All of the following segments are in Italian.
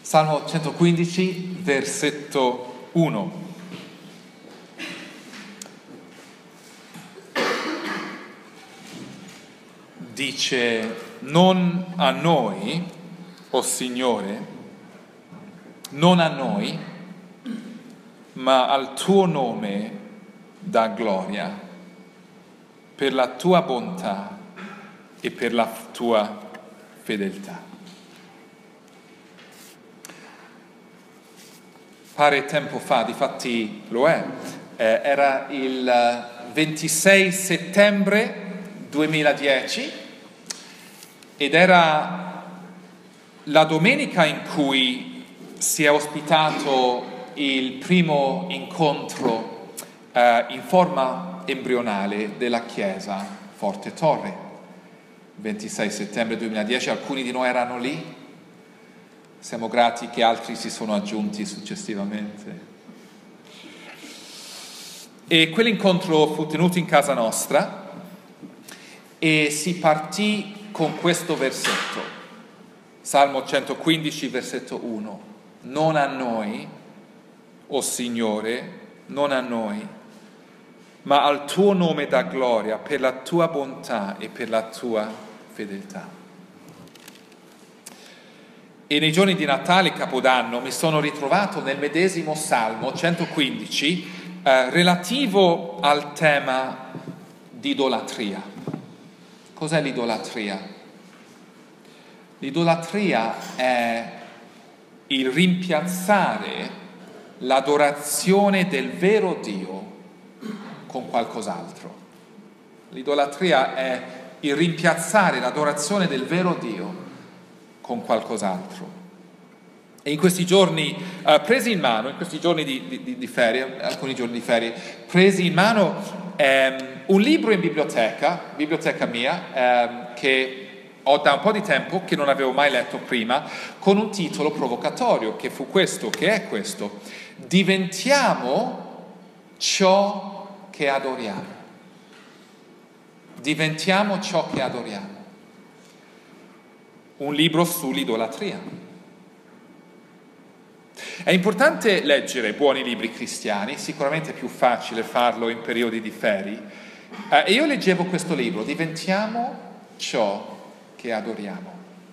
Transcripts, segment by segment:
Salmo 115, versetto 1. Dice: non a noi, o Signore, non a noi, ma al tuo nome dà gloria, per la tua bontà e per la tua fedeltà. Pare tempo fa, difatti lo è, era il 26 settembre 2010 ed era la domenica in cui si è ospitato il primo incontro in forma embrionale della Chiesa Forte Torre. 26 settembre 2010, alcuni di noi erano lì. Siamo grati che altri si sono aggiunti successivamente. E quell'incontro fu tenuto in casa nostra e si partì con questo versetto, Salmo 115, versetto 1. Non a noi, o Signore, non a noi, ma al tuo nome dà gloria per la tua bontà e per la tua fedeltà. E nei giorni di Natale e Capodanno mi sono ritrovato nel medesimo Salmo 115 relativo al tema di idolatria. Cos'è l'idolatria? L'idolatria è il rimpiazzare l'adorazione del vero Dio con qualcos'altro. L'idolatria è il rimpiazzare l'adorazione del vero Dio con qualcos'altro. E in questi giorni presi in mano, in questi giorni di ferie, alcuni giorni di ferie, presi in mano un libro in biblioteca mia, che ho da un po' di tempo, che non avevo mai letto prima, con un titolo provocatorio, che è questo: diventiamo ciò che adoriamo. Diventiamo ciò che adoriamo. Un libro sull'idolatria. È importante leggere buoni libri cristiani, sicuramente è più facile farlo in periodi di ferie. E io leggevo questo libro, Diventiamo ciò che adoriamo.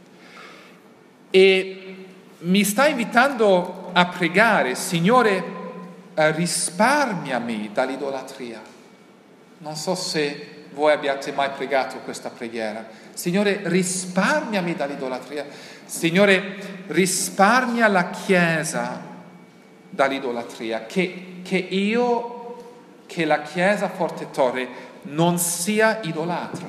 E mi sta invitando a pregare: Signore, risparmiami dall'idolatria. Non so se voi abbiate mai pregato questa preghiera. Signore, risparmiami dall'idolatria. Signore, risparmia la Chiesa dall'idolatria. Che la Chiesa Forte Torre non sia idolatra.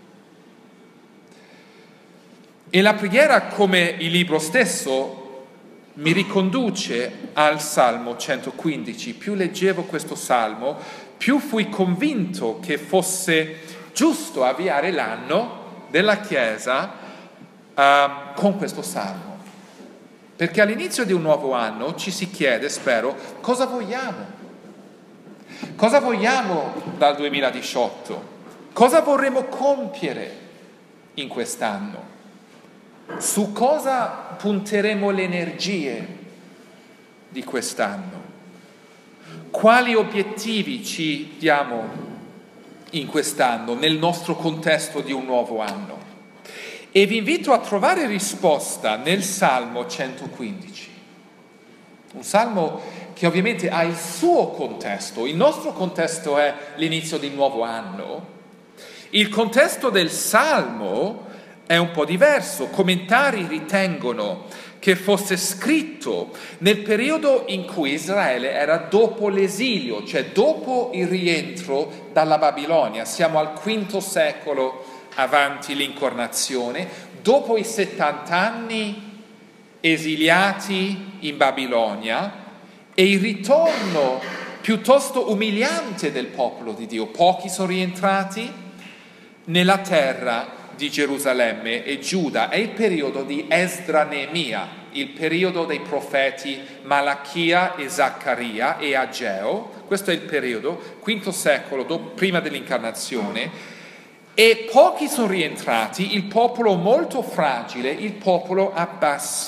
E la preghiera, come il libro stesso, mi riconduce al Salmo 115. Più leggevo questo Salmo, più fui convinto che fosse giusto avviare l'anno della Chiesa con questo Salmo. Perché all'inizio di un nuovo anno ci si chiede, spero, cosa vogliamo? Cosa vogliamo dal 2018? Cosa vorremmo compiere in quest'anno? Su cosa punteremo le energie di quest'anno? Quali obiettivi ci diamo in quest'anno, nel nostro contesto di un nuovo anno? E vi invito a trovare risposta nel Salmo 115. Un salmo che ovviamente ha il suo contesto. Il nostro contesto è l'inizio di un nuovo anno. Il contesto del Salmo è un po' diverso. Commentari ritengono che fosse scritto nel periodo in cui Israele era dopo l'esilio, cioè dopo il rientro dalla Babilonia. Siamo al V secolo avanti l'incarnazione, dopo i 70 anni esiliati in Babilonia e il ritorno piuttosto umiliante del popolo di Dio. Pochi sono rientrati nella terra di Gerusalemme e Giuda. È il periodo di Esdra-Neemia, il periodo dei profeti Malachia e Zaccaria e Ageo. Questo è il periodo, V secolo prima dell'incarnazione, e pochi sono rientrati, il popolo molto fragile, il popolo a bassi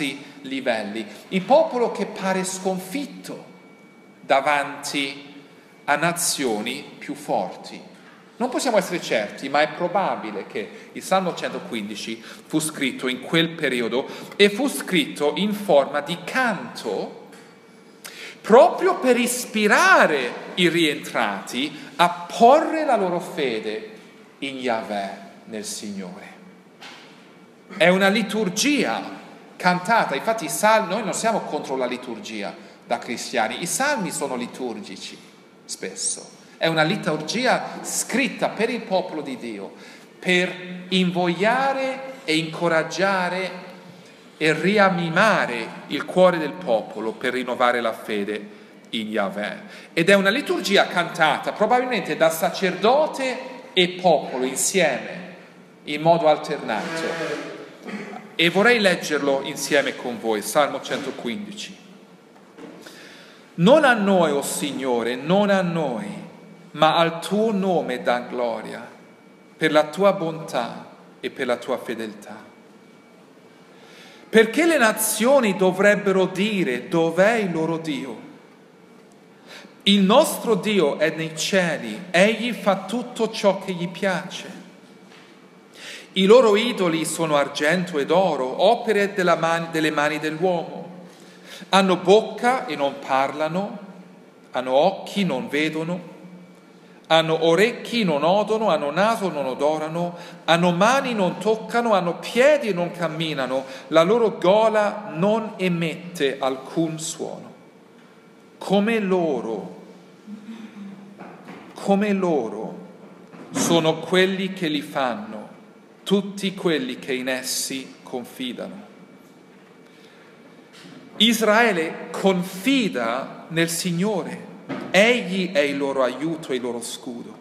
livelli. Il popolo che pare sconfitto davanti a nazioni più forti. Non possiamo essere certi, ma è probabile che il Salmo 115 fu scritto in quel periodo e fu scritto in forma di canto proprio per ispirare i rientrati a porre la loro fede in Yahweh, nel Signore. È una liturgia cantata, infatti noi non siamo contro la liturgia da cristiani, i salmi sono liturgici spesso. È una liturgia scritta per il popolo di Dio, per invogliare e incoraggiare e rianimare il cuore del popolo per rinnovare la fede in Yahweh. Ed è una liturgia cantata probabilmente da sacerdote e popolo insieme, in modo alternato. E vorrei leggerlo insieme con voi, Salmo 115. Non a noi, o Signore, non a noi, ma al tuo nome dà gloria, per la tua bontà e per la tua fedeltà. Perché le nazioni dovrebbero dire: dov'è il loro Dio? Il nostro Dio è nei cieli, egli fa tutto ciò che gli piace. I loro idoli sono argento ed oro, opere delle mani dell'uomo. Hanno bocca e non parlano, hanno occhi, non vedono, hanno orecchi, non odono, hanno naso, non odorano, hanno mani, non toccano, hanno piedi e non camminano, la loro gola non emette alcun suono. Come loro sono quelli che li fanno, tutti quelli che in essi confidano. Israele confida nel Signore, egli è il loro aiuto e il loro scudo.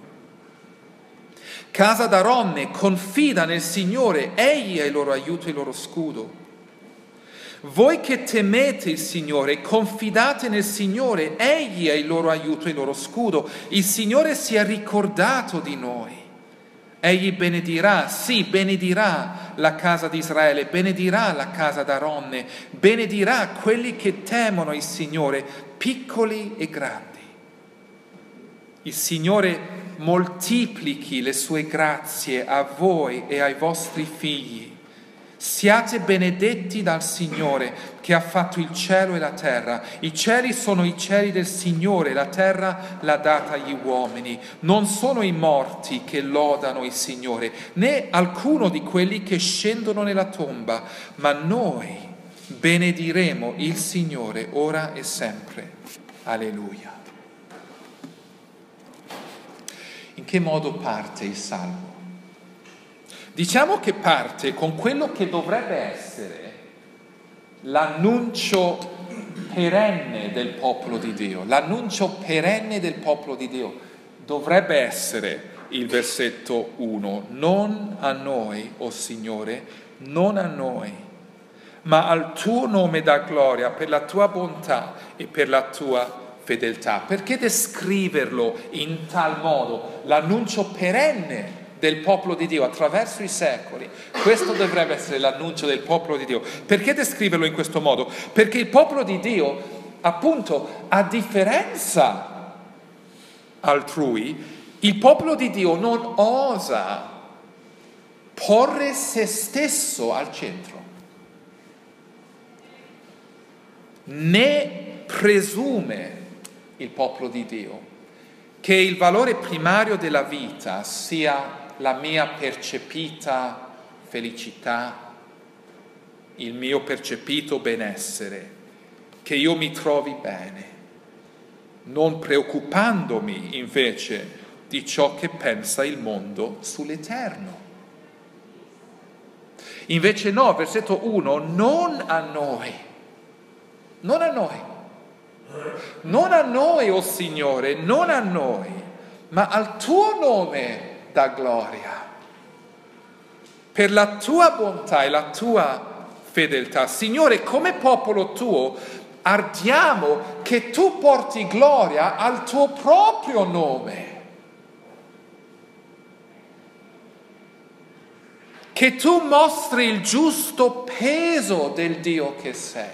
Casa d'Aronne confida nel Signore, egli è il loro aiuto e il loro scudo. Voi che temete il Signore, confidate nel Signore, egli è il loro aiuto e il loro scudo. Il Signore si è ricordato di noi. Egli benedirà, sì, benedirà la casa di Israele, benedirà la casa d'Aronne, benedirà quelli che temono il Signore, piccoli e grandi. Il Signore moltiplichi le sue grazie a voi e ai vostri figli. Siate benedetti dal Signore che ha fatto il cielo e la terra. I cieli sono i cieli del Signore, la terra l'ha data agli uomini. Non sono i morti che lodano il Signore, né alcuno di quelli che scendono nella tomba, ma noi benediremo il Signore ora e sempre. Alleluia. In che modo parte il Salmo? Diciamo che parte con quello che dovrebbe essere l'annuncio perenne del popolo di Dio. L'annuncio perenne del popolo di Dio dovrebbe essere il versetto 1. Non a noi, o Signore, non a noi, ma al tuo nome dà gloria per la tua bontà e per la tua fedeltà. Perché descriverlo in tal modo? L'annuncio perenne del popolo di Dio attraverso i secoli. Questo dovrebbe essere l'annuncio del popolo di Dio. Perché descriverlo in questo modo? Perché il popolo di Dio, appunto, a differenza altrui, il popolo di Dio non osa porre se stesso al centro, né presume il popolo di Dio che il valore primario della vita sia la mia percepita felicità, il mio percepito benessere, che io mi trovi bene, non preoccupandomi invece di ciò che pensa il mondo sull'eterno. Invece no, versetto 1, non a noi, non a noi. Non a noi, o Signore, non a noi, ma al tuo nome dà gloria, per la tua bontà e la tua fedeltà. Signore, come popolo tuo, ardiamo che tu porti gloria al tuo proprio nome, che tu mostri il giusto peso del Dio che sei,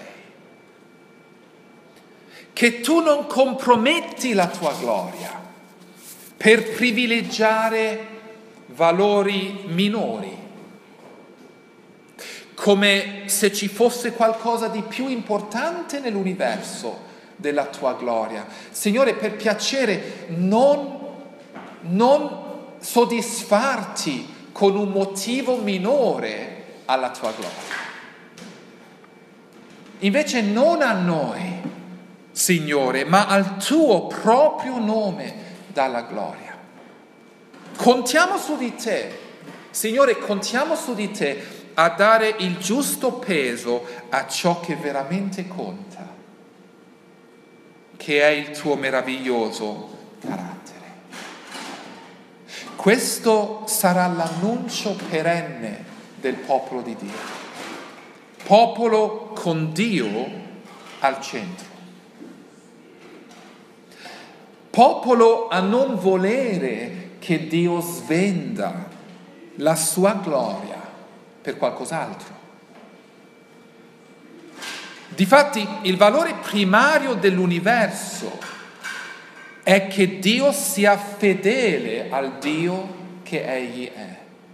che tu non comprometti la tua gloria per privilegiare valori minori, come se ci fosse qualcosa di più importante nell'universo della tua gloria. Signore, per piacere non soddisfarti con un motivo minore alla tua gloria. Invece non a noi, Signore, ma al tuo proprio nome dalla gloria. Contiamo su di te, Signore, contiamo su di te a dare il giusto peso a ciò che veramente conta, che è il tuo meraviglioso carattere. Questo sarà l'annuncio perenne del popolo di Dio, popolo con Dio al centro, popolo a non volere che Dio svenda la sua gloria per qualcos'altro. Difatti, il valore primario dell'universo è che Dio sia fedele al Dio che Egli è,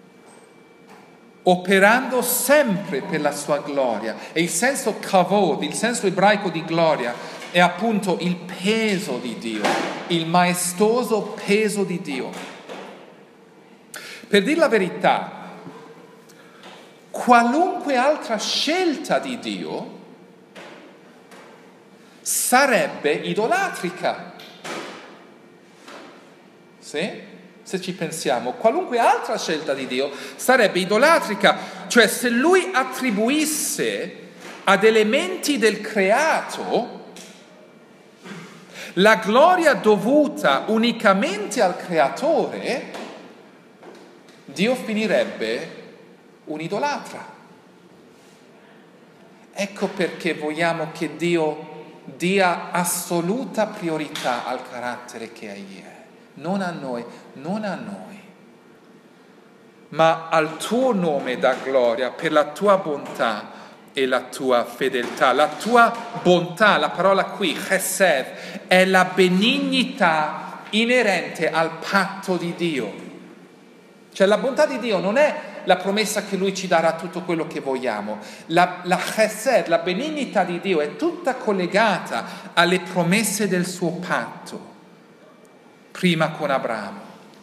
operando sempre per la sua gloria. E il senso kavod, il senso ebraico di gloria, è appunto il peso di Dio, il maestoso peso di Dio. Per dire la verità, qualunque altra scelta di Dio sarebbe idolatrica. Se ci pensiamo, qualunque altra scelta di Dio sarebbe idolatrica, cioè se Lui attribuisse ad elementi del creato la gloria dovuta unicamente al Creatore, Dio finirebbe un idolatra. Ecco perché vogliamo che Dio dia assoluta priorità al carattere che Egli è. Non a noi, ma al tuo nome da gloria per la tua bontà e la tua fedeltà. La tua bontà, la parola qui, chesed, è la benignità inerente al patto di Dio. Cioè la bontà di Dio non è la promessa che Lui ci darà tutto quello che vogliamo. La chesed, la benignità di Dio è tutta collegata alle promesse del suo patto. Prima con Abramo,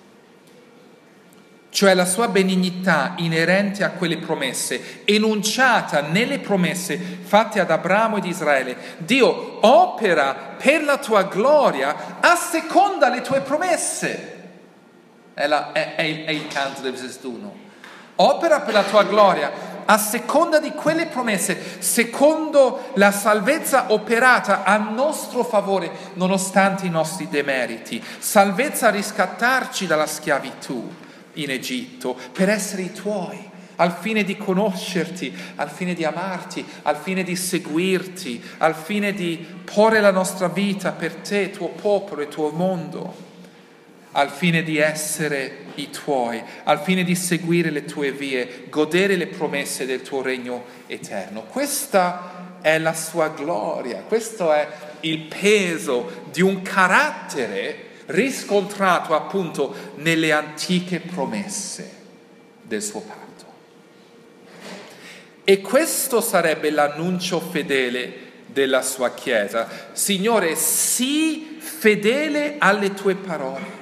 cioè la sua benignità inerente a quelle promesse, enunciata nelle promesse fatte ad Abramo ed Israele. Dio opera per la tua gloria a seconda le tue promesse. È il canto del versetto 1. Opera per la tua gloria a seconda di quelle promesse, secondo la salvezza operata a nostro favore, nonostante i nostri demeriti. Salvezza a riscattarci dalla schiavitù in Egitto, per essere i tuoi, al fine di conoscerti, al fine di amarti, al fine di seguirti, al fine di porre la nostra vita per te, tuo popolo e tuo mondo, al fine di essere i tuoi, al fine di seguire le tue vie, godere le promesse del tuo regno eterno. Questa è la sua gloria, questo è il peso di un carattere riscontrato appunto nelle antiche promesse del suo patto. E questo sarebbe l'annuncio fedele della sua Chiesa. Signore, sii fedele alle tue parole,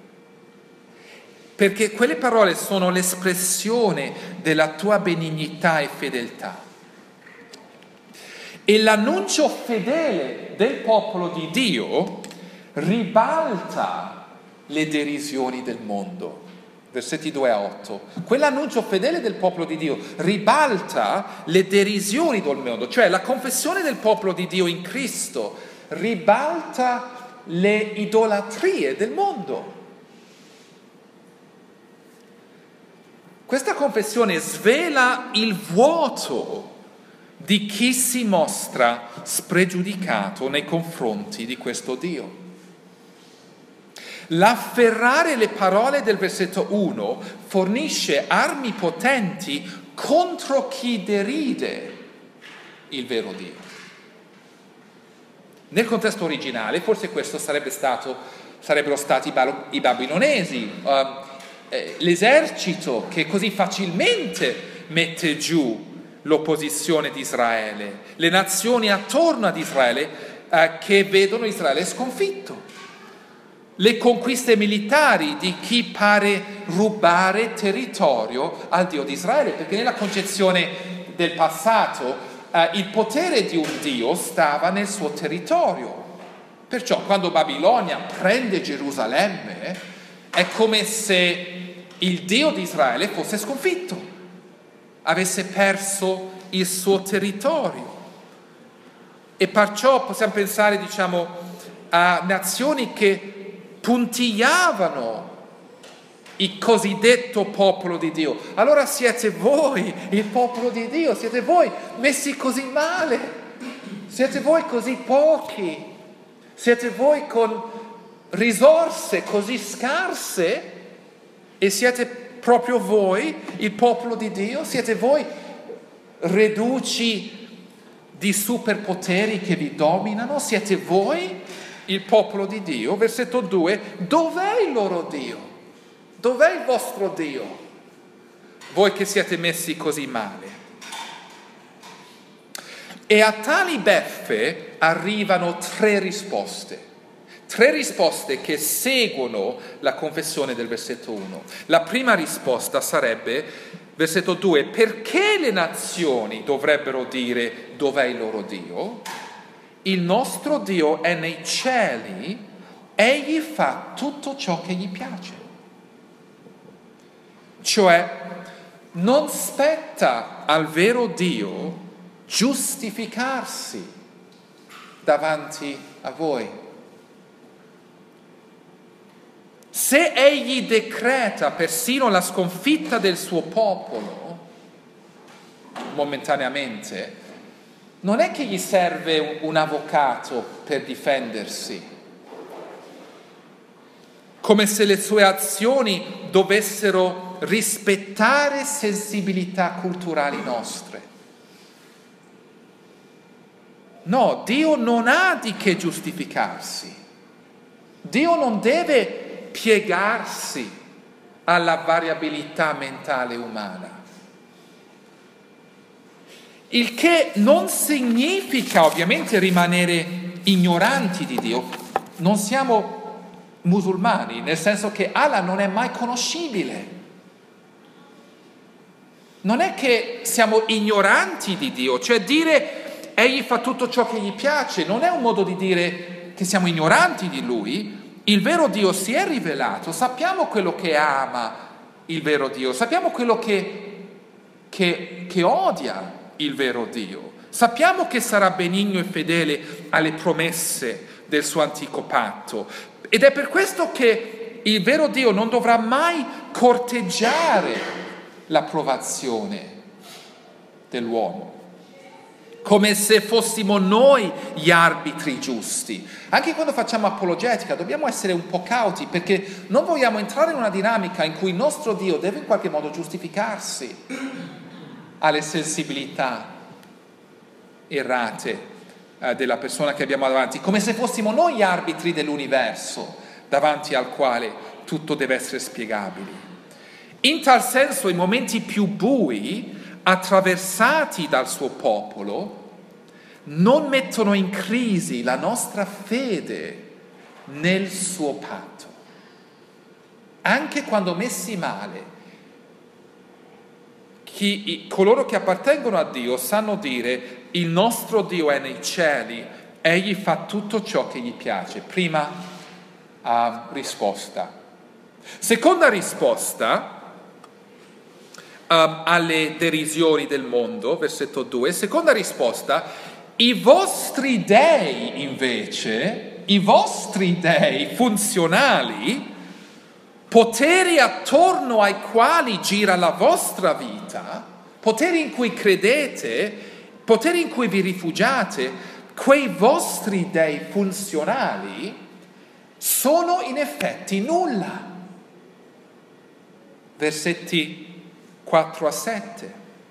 perché quelle parole sono l'espressione della tua benignità e fedeltà. E l'annuncio fedele del popolo di Dio ribalta le derisioni del mondo. Versetti 2 a 8. Quell'annuncio fedele del popolo di Dio ribalta le derisioni del mondo, cioè la confessione del popolo di Dio in Cristo ribalta le idolatrie del mondo. Questa confessione svela il vuoto di chi si mostra spregiudicato nei confronti di questo Dio. L'afferrare le parole del versetto 1 fornisce armi potenti contro chi deride il vero Dio. Nel contesto originale, forse questo sarebbero stati i babilonesi, l'esercito che così facilmente mette giù l'opposizione di Israele, le nazioni attorno ad Israele che vedono Israele sconfitto, le conquiste militari di chi pare rubare territorio al Dio di Israele, perché nella concezione del passato il potere di un Dio stava nel suo territorio. Perciò quando Babilonia prende Gerusalemme è come se il Dio di Israele fosse sconfitto, avesse perso il suo territorio. E perciò possiamo pensare, a nazioni che puntigliavano il cosiddetto popolo di Dio. Allora siete voi, il popolo di Dio, siete voi messi così male, siete voi così pochi, siete voi con risorse così scarse e siete proprio voi, il popolo di Dio, siete voi reduci di superpoteri che vi dominano, siete voi il popolo di Dio. Versetto 2, dov'è il loro Dio? Dov'è il vostro Dio? Voi che siete messi così male. E a tali beffe arrivano tre risposte che seguono la confessione del versetto 1. La prima risposta sarebbe, versetto 2, perché le nazioni dovrebbero dire dov'è il loro Dio? Il nostro Dio è nei cieli, egli fa tutto ciò che gli piace. Cioè, non spetta al vero Dio giustificarsi davanti a voi. Se egli decreta persino la sconfitta del suo popolo, momentaneamente, non è che gli serve un avvocato per difendersi, come se le sue azioni dovessero rispettare sensibilità culturali nostre. No, Dio non ha di che giustificarsi. Dio non deve piegarsi alla variabilità mentale umana. Il che non significa ovviamente rimanere ignoranti di Dio. Non siamo musulmani, nel senso che Allah non è mai conoscibile. Non è che siamo ignoranti di Dio, cioè dire egli fa tutto ciò che gli piace non è un modo di dire che siamo ignoranti di Lui. Il vero Dio si è rivelato, sappiamo quello che ama il vero Dio, sappiamo quello che odia il vero Dio, sappiamo che sarà benigno e fedele alle promesse del suo antico patto, ed è per questo che il vero Dio non dovrà mai corteggiare l'approvazione dell'uomo, come se fossimo noi gli arbitri giusti. Anche quando facciamo apologetica dobbiamo essere un po' cauti, perché non vogliamo entrare in una dinamica in cui il nostro Dio deve in qualche modo giustificarsi alle sensibilità errate della persona che abbiamo davanti, come se fossimo noi gli arbitri dell'universo davanti al quale tutto deve essere spiegabile. In tal senso i momenti più bui attraversati dal suo popolo non mettono in crisi la nostra fede nel suo patto. Anche quando messi male, coloro che appartengono a Dio sanno dire il nostro Dio è nei cieli, egli fa tutto ciò che gli piace. Prima risposta. Seconda risposta alle derisioni del mondo, versetto 2. Seconda risposta, i vostri dei invece, i vostri dei funzionali, poteri attorno ai quali gira la vostra vita, poteri in cui credete, poteri in cui vi rifugiate, quei vostri dei funzionali sono in effetti nulla. Versetti 4 a 7.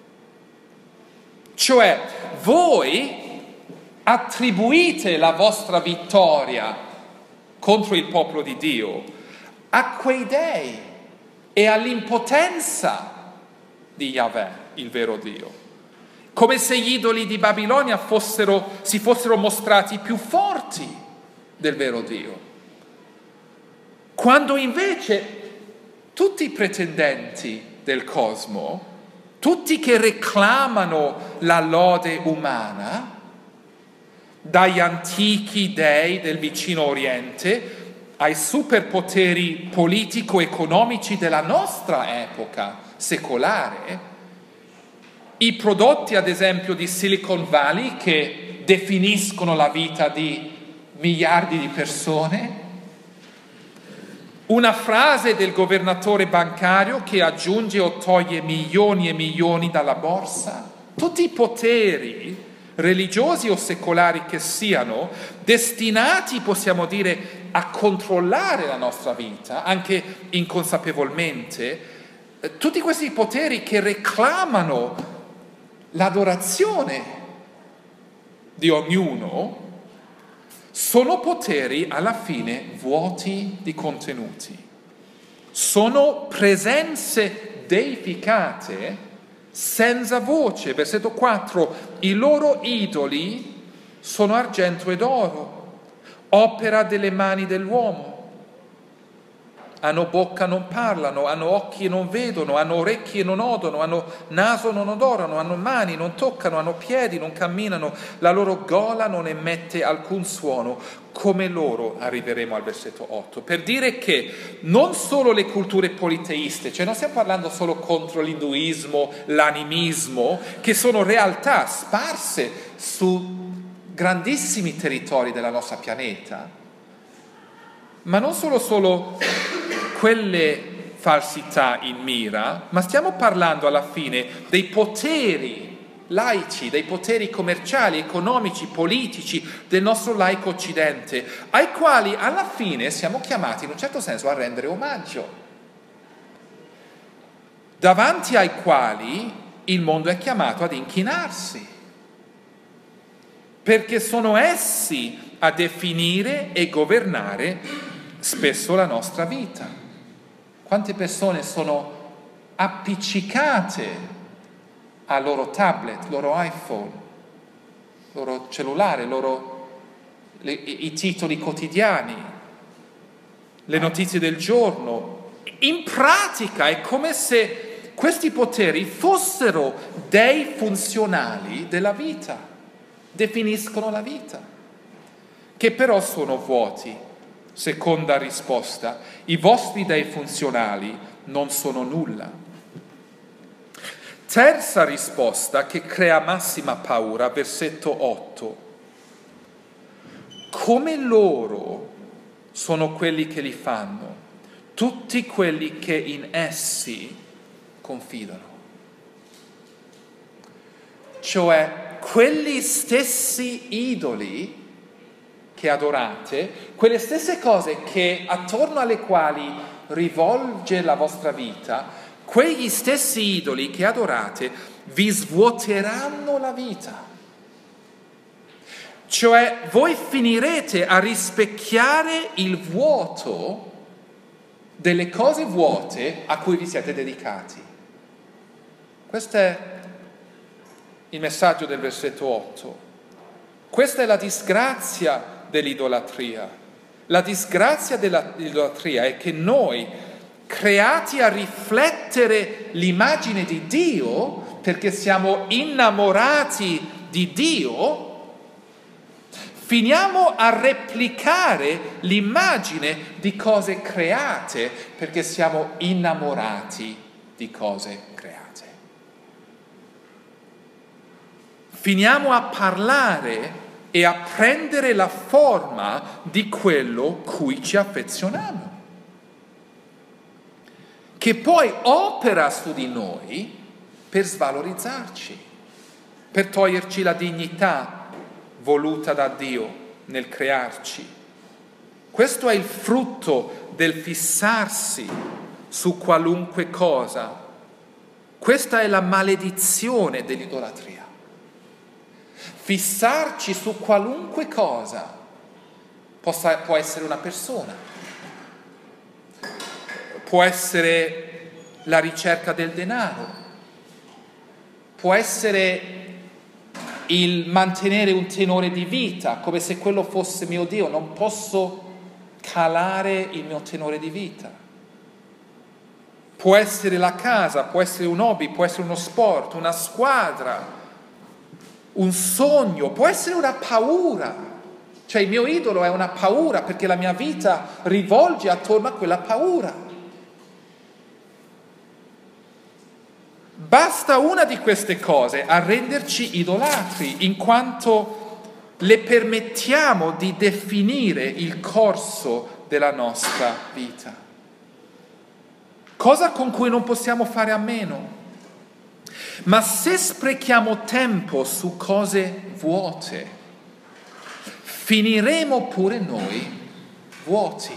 Cioè, voi attribuite la vostra vittoria contro il popolo di Dio a quei dei e all'impotenza di Yahweh, il vero Dio. Come se gli idoli di Babilonia si fossero mostrati più forti del vero Dio. Quando invece tutti i pretendenti del cosmo, tutti che reclamano la lode umana, dagli antichi dei del vicino Oriente ai superpoteri politico-economici della nostra epoca secolare, i prodotti ad esempio di Silicon Valley che definiscono la vita di miliardi di persone, una frase del governatore bancario che aggiunge o toglie milioni e milioni dalla borsa, tutti i poteri religiosi o secolari che siano, destinati, possiamo dire, a controllare la nostra vita, anche inconsapevolmente, tutti questi poteri che reclamano l'adorazione di ognuno, sono poteri alla fine vuoti di contenuti. Sono presenze deificate senza voce. Versetto 4. I loro idoli sono argento ed oro, opera delle mani dell'uomo. Hanno bocca, non parlano, hanno occhi e non vedono, hanno orecchie e non odono, hanno naso, non odorano, hanno mani, non toccano, hanno piedi, non camminano, la loro gola non emette alcun suono, come loro. Arriveremo al versetto 8, per dire che non solo le culture politeiste, cioè non stiamo parlando solo contro l'induismo, l'animismo, che sono realtà sparse su grandissimi territori della nostra pianeta, ma non solo quelle falsità in mira, ma stiamo parlando alla fine dei poteri laici, dei poteri commerciali, economici, politici del nostro laico occidente, ai quali alla fine siamo chiamati in un certo senso a rendere omaggio, davanti ai quali il mondo è chiamato ad inchinarsi, perché sono essi a definire e governare spesso la nostra vita. Quante persone sono appiccicate al loro tablet, loro iPhone, loro cellulare, i titoli quotidiani, le notizie del giorno. In pratica è come se questi poteri fossero dei funzionali della vita, definiscono la vita, che però sono vuoti. Seconda risposta, i vostri dei funzionali non sono nulla. Terza risposta che crea massima paura, versetto 8. Come loro sono quelli che li fanno, tutti quelli che in essi confidano. Cioè, quelli stessi idoli che adorate, quelle stesse cose attorno alle quali rivolge la vostra vita, quegli stessi idoli che adorate vi svuoteranno la vita. Cioè voi finirete a rispecchiare il vuoto delle cose vuote a cui vi siete dedicati. Questo è il messaggio del versetto 8. Questa è la disgrazia dell'idolatria. La disgrazia dell'idolatria è che noi, creati a riflettere l'immagine di Dio, perché siamo innamorati di Dio, finiamo a replicare l'immagine di cose create, perché siamo innamorati di cose create. Finiamo a parlare e a prendere la forma di quello cui ci affezioniamo, che poi opera su di noi per svalorizzarci, per toglierci la dignità voluta da Dio nel crearci. Questo è il frutto del fissarsi su qualunque cosa. Questa è la maledizione dell'idolatria. Fissarci su qualunque cosa. Può essere una persona, può essere la ricerca del denaro, può essere il mantenere un tenore di vita, come se quello fosse mio Dio, non posso calare il mio tenore di vita. Può essere la casa, può essere un hobby, può essere uno sport, una squadra, un sogno, può essere una paura. Cioè il mio idolo è una paura perché la mia vita rivolge attorno a quella paura. Basta una di queste cose a renderci idolatri, in quanto le permettiamo di definire il corso della nostra vita. Cosa con cui non possiamo fare a meno. Ma se sprechiamo tempo su cose vuote, finiremo pure noi vuoti.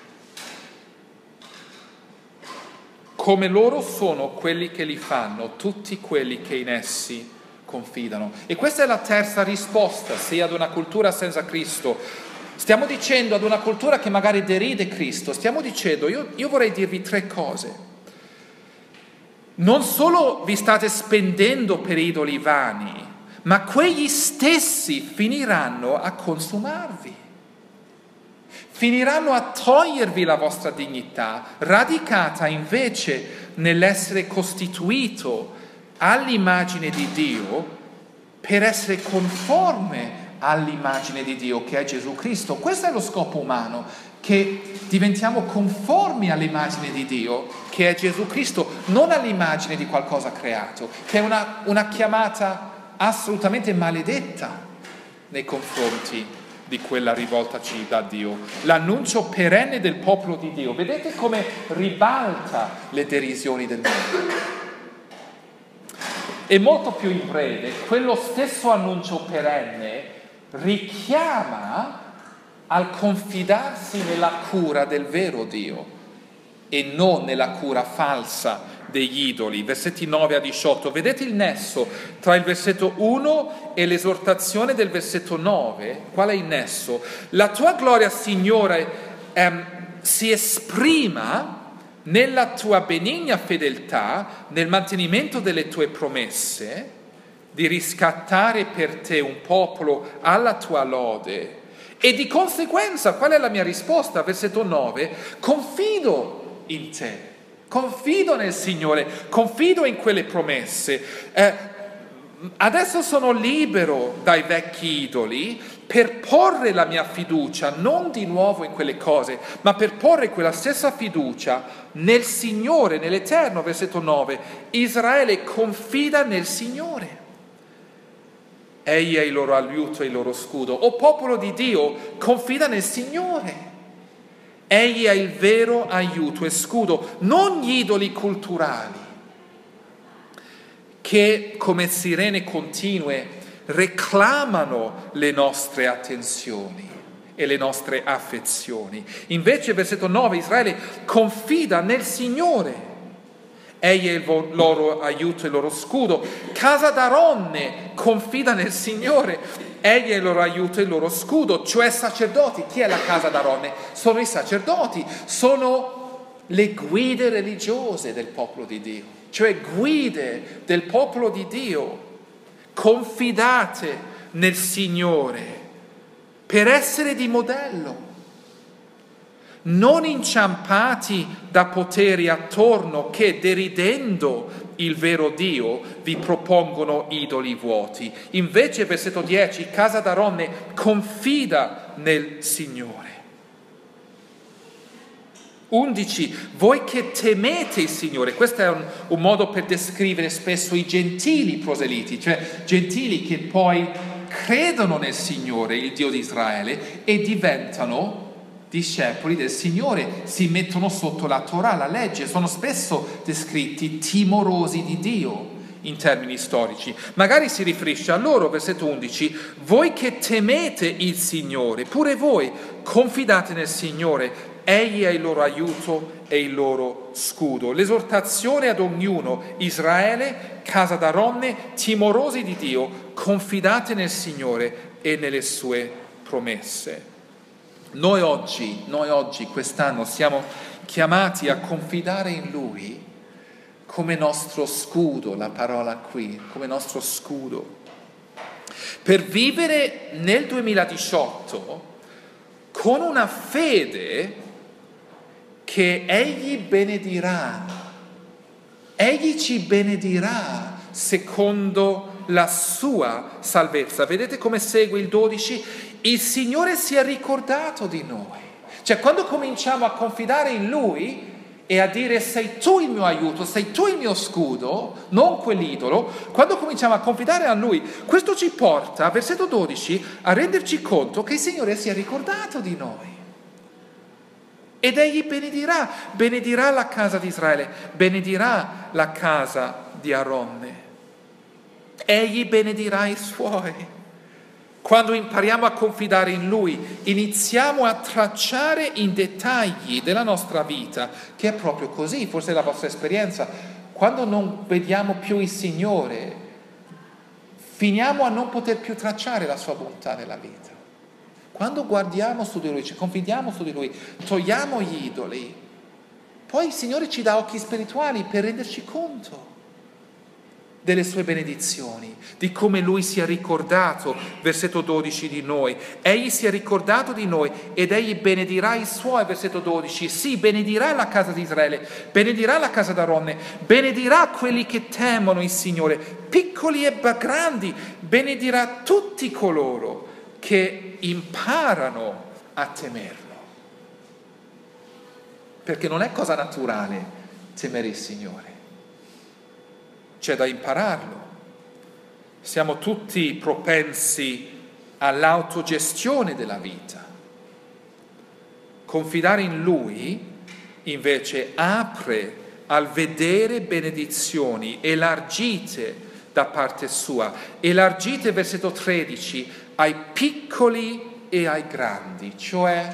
Come loro sono quelli che li fanno, tutti quelli che in essi confidano. E questa è la terza risposta, sia ad una cultura senza Cristo. Stiamo dicendo ad una cultura che magari deride Cristo, stiamo dicendo, io vorrei dirvi tre cose. Non solo vi state spendendo per idoli vani, ma quegli stessi finiranno a consumarvi. Finiranno a togliervi la vostra dignità, radicata invece nell'essere costituito all'immagine di Dio per essere conforme all'immagine di Dio che è Gesù Cristo. Questo è lo scopo umano, che diventiamo conformi all'immagine di Dio che è Gesù Cristo, non all'immagine di qualcosa creato, che è una chiamata assolutamente maledetta nei confronti di quella rivoltaci da Dio. L'annuncio perenne del popolo di Dio. Vedete come ribalta le derisioni del mondo. E molto più in breve, quello stesso annuncio perenne richiama al confidarsi nella cura del vero Dio e non nella cura falsa degli idoli. Versetti 9 a 18. Vedete il nesso tra il versetto 1 e l'esortazione del versetto 9? Qual è il nesso? La tua gloria, Signore, si esprima nella tua benigna fedeltà, nel mantenimento delle tue promesse, di riscattare per te un popolo alla tua lode. E di conseguenza, qual è la mia risposta? Versetto 9, confido in te, confido nel Signore, confido in quelle promesse. Adesso sono libero dai vecchi idoli per porre la mia fiducia non di nuovo in quelle cose, ma per porre quella stessa fiducia nel Signore, nell'Eterno. Versetto 9, Israele confida nel Signore. Egli è il loro aiuto e il loro scudo. O popolo di Dio, confida nel Signore. Egli è il vero aiuto e scudo, non gli idoli culturali che come sirene continue reclamano le nostre attenzioni e le nostre affezioni. Invece, versetto 9, Israele confida nel Signore. Egli è il loro aiuto e il loro scudo. Casa d'Aronne confida nel Signore. Egli è il loro aiuto e il loro scudo, cioè sacerdoti. Chi è la casa d'Aronne? Sono i sacerdoti, sono le guide religiose del popolo di Dio, cioè guide del popolo di Dio. Confidate nel Signore per essere di modello, non inciampati da poteri attorno che, deridendo il vero Dio, vi propongono idoli vuoti. Invece, versetto 10, casa d'Aronne confida nel Signore. 11, voi che temete il Signore. Questo è un modo per descrivere spesso i gentili proseliti, cioè gentili che poi credono nel Signore, il Dio di Israele, e diventano discepoli del Signore, si mettono sotto la Torah, la legge, sono spesso descritti timorosi di Dio in termini storici. Magari si riferisce a loro, versetto 11, voi che temete il Signore, pure voi confidate nel Signore, Egli è il loro aiuto e il loro scudo. L'esortazione ad ognuno, Israele, casa d'Aronne, timorosi di Dio, confidate nel Signore e nelle sue promesse. Noi oggi, quest'anno, siamo chiamati a confidare in Lui come nostro scudo, la parola qui, come nostro scudo, per vivere nel 2018 con una fede che Egli benedirà. Egli ci benedirà secondo la sua salvezza. Vedete come segue il 12? Il Signore si è ricordato di noi. Cioè, quando cominciamo a confidare in Lui e a dire sei tu il mio aiuto, sei tu il mio scudo, non quell'idolo, quando cominciamo a confidare a Lui, questo ci porta, versetto 12, a renderci conto che il Signore si è ricordato di noi. Ed Egli benedirà la casa di Israele, benedirà la casa di Aronne. Egli benedirà i suoi. Quando impariamo a confidare in Lui, iniziamo a tracciare i dettagli della nostra vita, che è proprio così, forse è la vostra esperienza. Quando non vediamo più il Signore, finiamo a non poter più tracciare la sua bontà nella vita. Quando guardiamo su di Lui, ci confidiamo su di Lui, togliamo gli idoli, poi il Signore ci dà occhi spirituali per renderci conto delle sue benedizioni, di come Lui si è ricordato, versetto 12, di noi. Egli si è ricordato di noi ed Egli benedirà i suoi, versetto 12. Sì, benedirà la casa di Israele, benedirà la casa d'Aronne, benedirà quelli che temono il Signore, piccoli e grandi, benedirà tutti coloro che imparano a temerlo. Perché non è cosa naturale temere il Signore. C'è da impararlo. Siamo tutti propensi all'autogestione della vita. Confidare in Lui, invece, apre al vedere benedizioni elargite da parte sua. Elargite, versetto 13, ai piccoli e ai grandi, cioè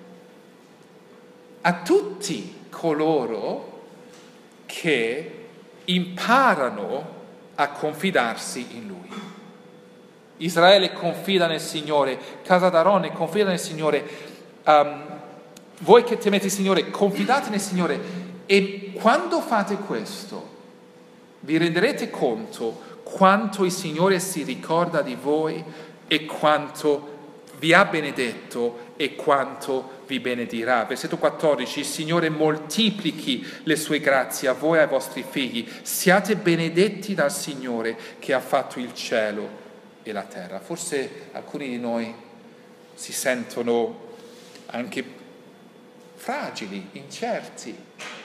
a tutti coloro che imparano a confidarsi in Lui. Israele confida nel Signore, casa d'Aronne confida nel Signore, voi che temete il Signore confidate nel Signore, e quando fate questo vi renderete conto quanto il Signore si ricorda di voi e quanto vi ha benedetto e quanto vi benedirà. Versetto 14, il Signore moltiplichi le sue grazie a voi e ai vostri figli. Siate benedetti dal Signore che ha fatto il cielo e la terra. Forse alcuni di noi si sentono anche fragili, incerti.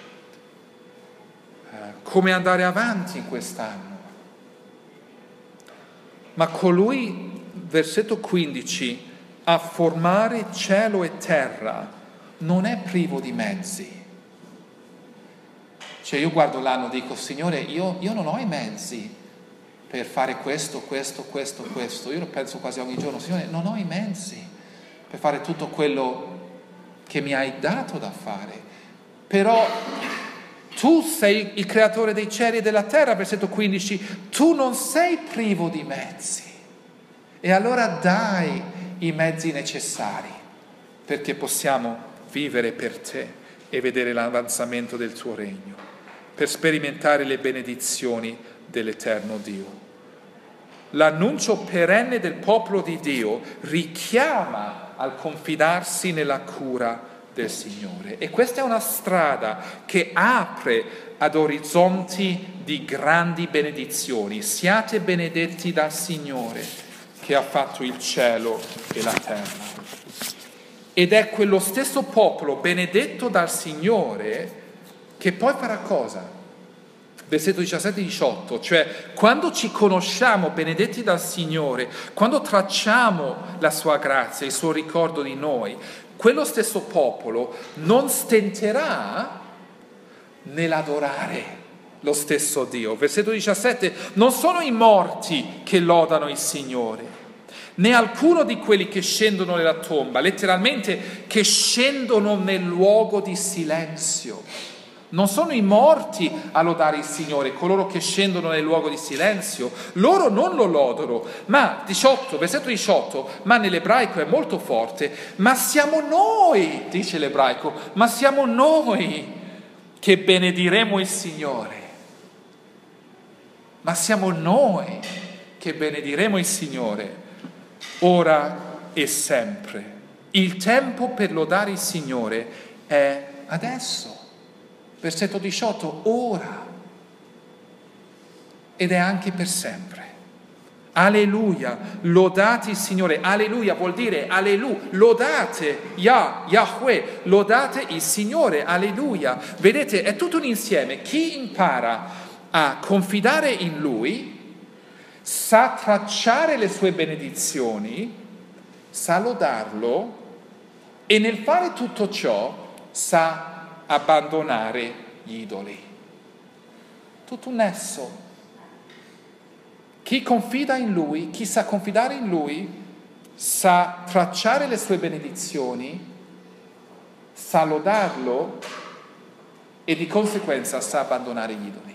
Come andare avanti in quest'anno? Ma colui, versetto 15, a formare cielo e terra non è privo di mezzi. Cioè io guardo l'anno e dico, Signore, io non ho i mezzi per fare questo. Io lo penso quasi ogni giorno, Signore, non ho i mezzi per fare tutto quello che mi hai dato da fare. Però tu sei il creatore dei cieli e della terra, versetto 15, tu non sei privo di mezzi. E allora dai i mezzi necessari perché possiamo vivere per te e vedere l'avanzamento del tuo regno, per sperimentare le benedizioni dell'eterno Dio. L'annuncio perenne del popolo di Dio richiama al confidarsi nella cura del Signore, e questa è una strada che apre ad orizzonti di grandi benedizioni. Siate benedetti dal Signore che ha fatto il cielo e la terra. Ed è quello stesso popolo benedetto dal Signore che poi farà cosa? Versetto 17-18, cioè quando ci conosciamo benedetti dal Signore, quando tracciamo la sua grazia, il suo ricordo di noi, quello stesso popolo non stenterà nell'adorare lo stesso Dio. Versetto 17, non sono i morti che lodano il Signore, né alcuno di quelli che scendono nella tomba, letteralmente che scendono nel luogo di silenzio. Non sono i morti a lodare il Signore, coloro che scendono nel luogo di silenzio, loro non lo lodano. Ma versetto 18, ma nell'ebraico è molto forte, ma siamo noi, dice l'ebraico, ma siamo noi che benediremo il Signore. Ma siamo noi che benediremo il Signore, ora e sempre. Il tempo per lodare il Signore è adesso. Versetto 18, ora. Ed è anche per sempre. Alleluia, lodate il Signore. Alleluia vuol dire lodate Yahweh, lodate il Signore. Alleluia. Vedete, è tutto un insieme. Chi impara a confidare in Lui, sa tracciare le sue benedizioni, sa lodarlo e nel fare tutto ciò sa abbandonare gli idoli. Tutto un nesso. Chi confida in Lui, chi sa confidare in Lui, sa tracciare le sue benedizioni, sa lodarlo e di conseguenza sa abbandonare gli idoli.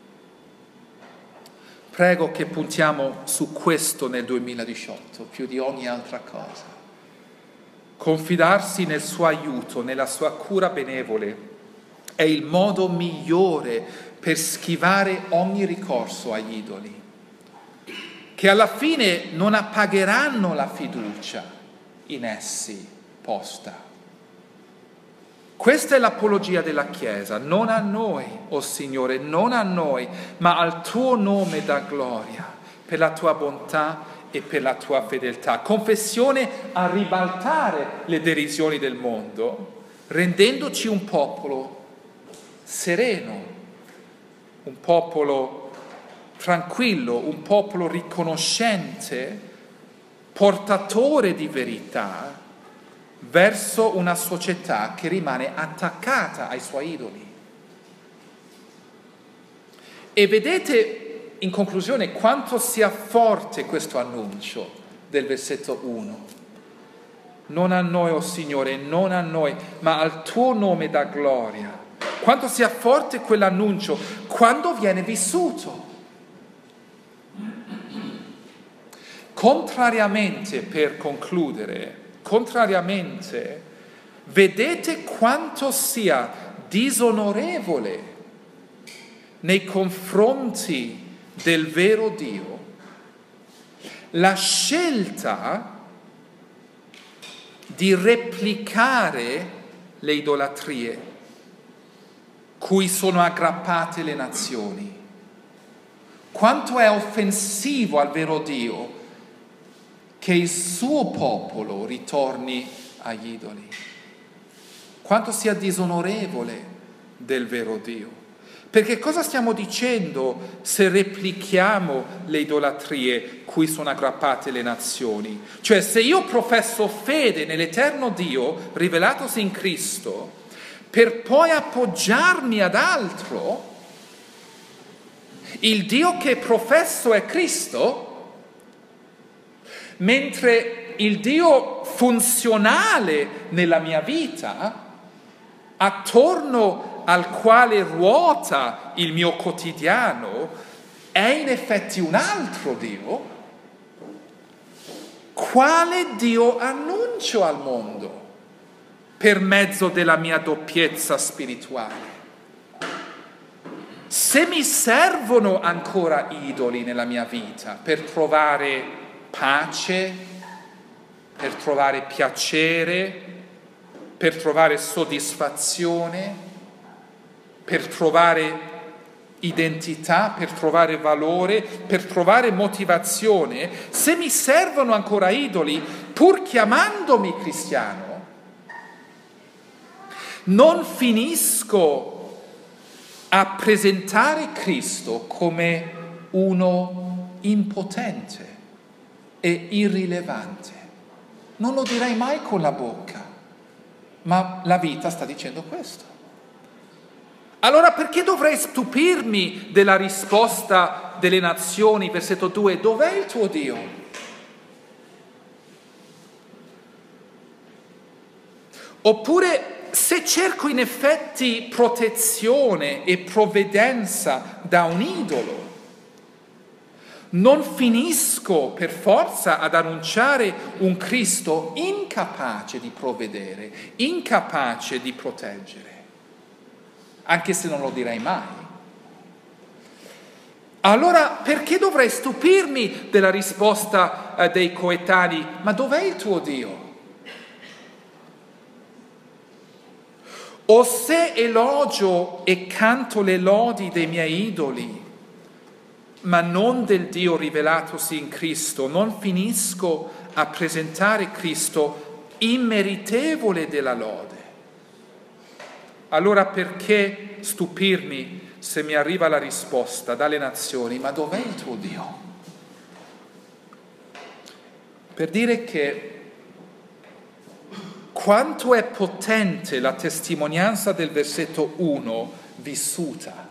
Prego che puntiamo su questo nel 2018, più di ogni altra cosa. Confidarsi nel suo aiuto, nella sua cura benevole, è il modo migliore per schivare ogni ricorso agli idoli, che alla fine non appagheranno la fiducia in essi posta. Questa è l'apologia della Chiesa, non a noi, o Signore, non a noi, ma al tuo nome da gloria, per la tua bontà e per la tua fedeltà. Confessione a ribaltare le derisioni del mondo, rendendoci un popolo sereno, un popolo tranquillo, un popolo riconoscente, portatore di verità, verso una società che rimane attaccata ai suoi idoli. E vedete in conclusione quanto sia forte questo annuncio del versetto 1. Non a noi, o Signore, non a noi, ma al tuo nome da gloria. Quanto sia forte quell'annuncio quando viene vissuto. Contrariamente, per concludere, vedete quanto sia disonorevole nei confronti del vero Dio la scelta di replicare le idolatrie cui sono aggrappate le nazioni. Quanto è offensivo al vero Dio che il suo popolo ritorni agli idoli. Quanto sia disonorevole del vero Dio. Perché cosa stiamo dicendo se replichiamo le idolatrie cui sono aggrappate le nazioni? Cioè, se io professo fede nell'eterno Dio rivelatosi in Cristo, per poi appoggiarmi ad altro, il Dio che professo è Cristo, mentre il Dio funzionale nella mia vita, attorno al quale ruota il mio quotidiano, è in effetti un altro Dio, quale Dio annuncio al mondo per mezzo della mia doppiezza spirituale? Se mi servono ancora idoli nella mia vita per trovare pace, per trovare piacere, per trovare soddisfazione, per trovare identità, per trovare valore, per trovare motivazione, se mi servono ancora idoli, pur chiamandomi cristiano, non finisco a presentare Cristo come uno impotente e irrilevante. Non lo direi mai con la bocca, ma la vita sta dicendo questo. Allora perché dovrei stupirmi della risposta delle nazioni? Versetto 2, dov'è il tuo Dio? Oppure se cerco in effetti protezione e provvidenza da un idolo, non finisco per forza ad annunciare un Cristo incapace di provvedere, incapace di proteggere, anche se non lo direi mai. Allora perché dovrei stupirmi della risposta dei coetanei? Ma dov'è il tuo Dio? O se elogio e canto le lodi dei miei idoli, ma non del Dio rivelatosi in Cristo, non finisco a presentare Cristo immeritevole della lode. Allora perché stupirmi se mi arriva la risposta dalle nazioni, ma dov'è il tuo Dio? Per dire che quanto è potente la testimonianza del versetto 1 vissuta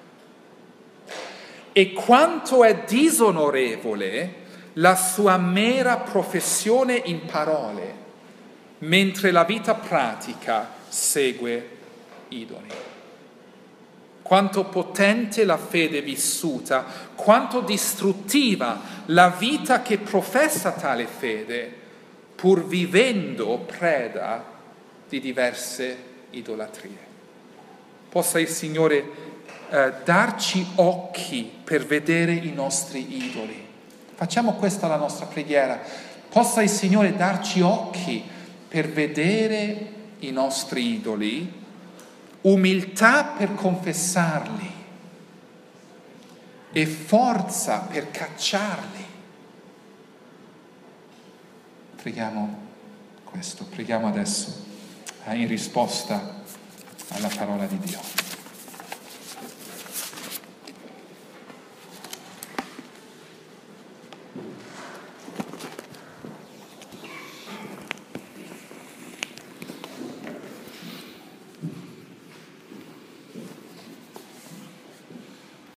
e quanto è disonorevole la sua mera professione in parole, mentre la vita pratica segue idoli. Quanto potente la fede vissuta, quanto distruttiva la vita che professa tale fede, pur vivendo preda di diverse idolatrie. Possa il Signore darci occhi per vedere i nostri idoli. Facciamo questa la nostra preghiera. Possa il Signore darci occhi per vedere i nostri idoli, umiltà per confessarli e forza per cacciarli. Preghiamo questo, preghiamo adesso in risposta alla parola di Dio.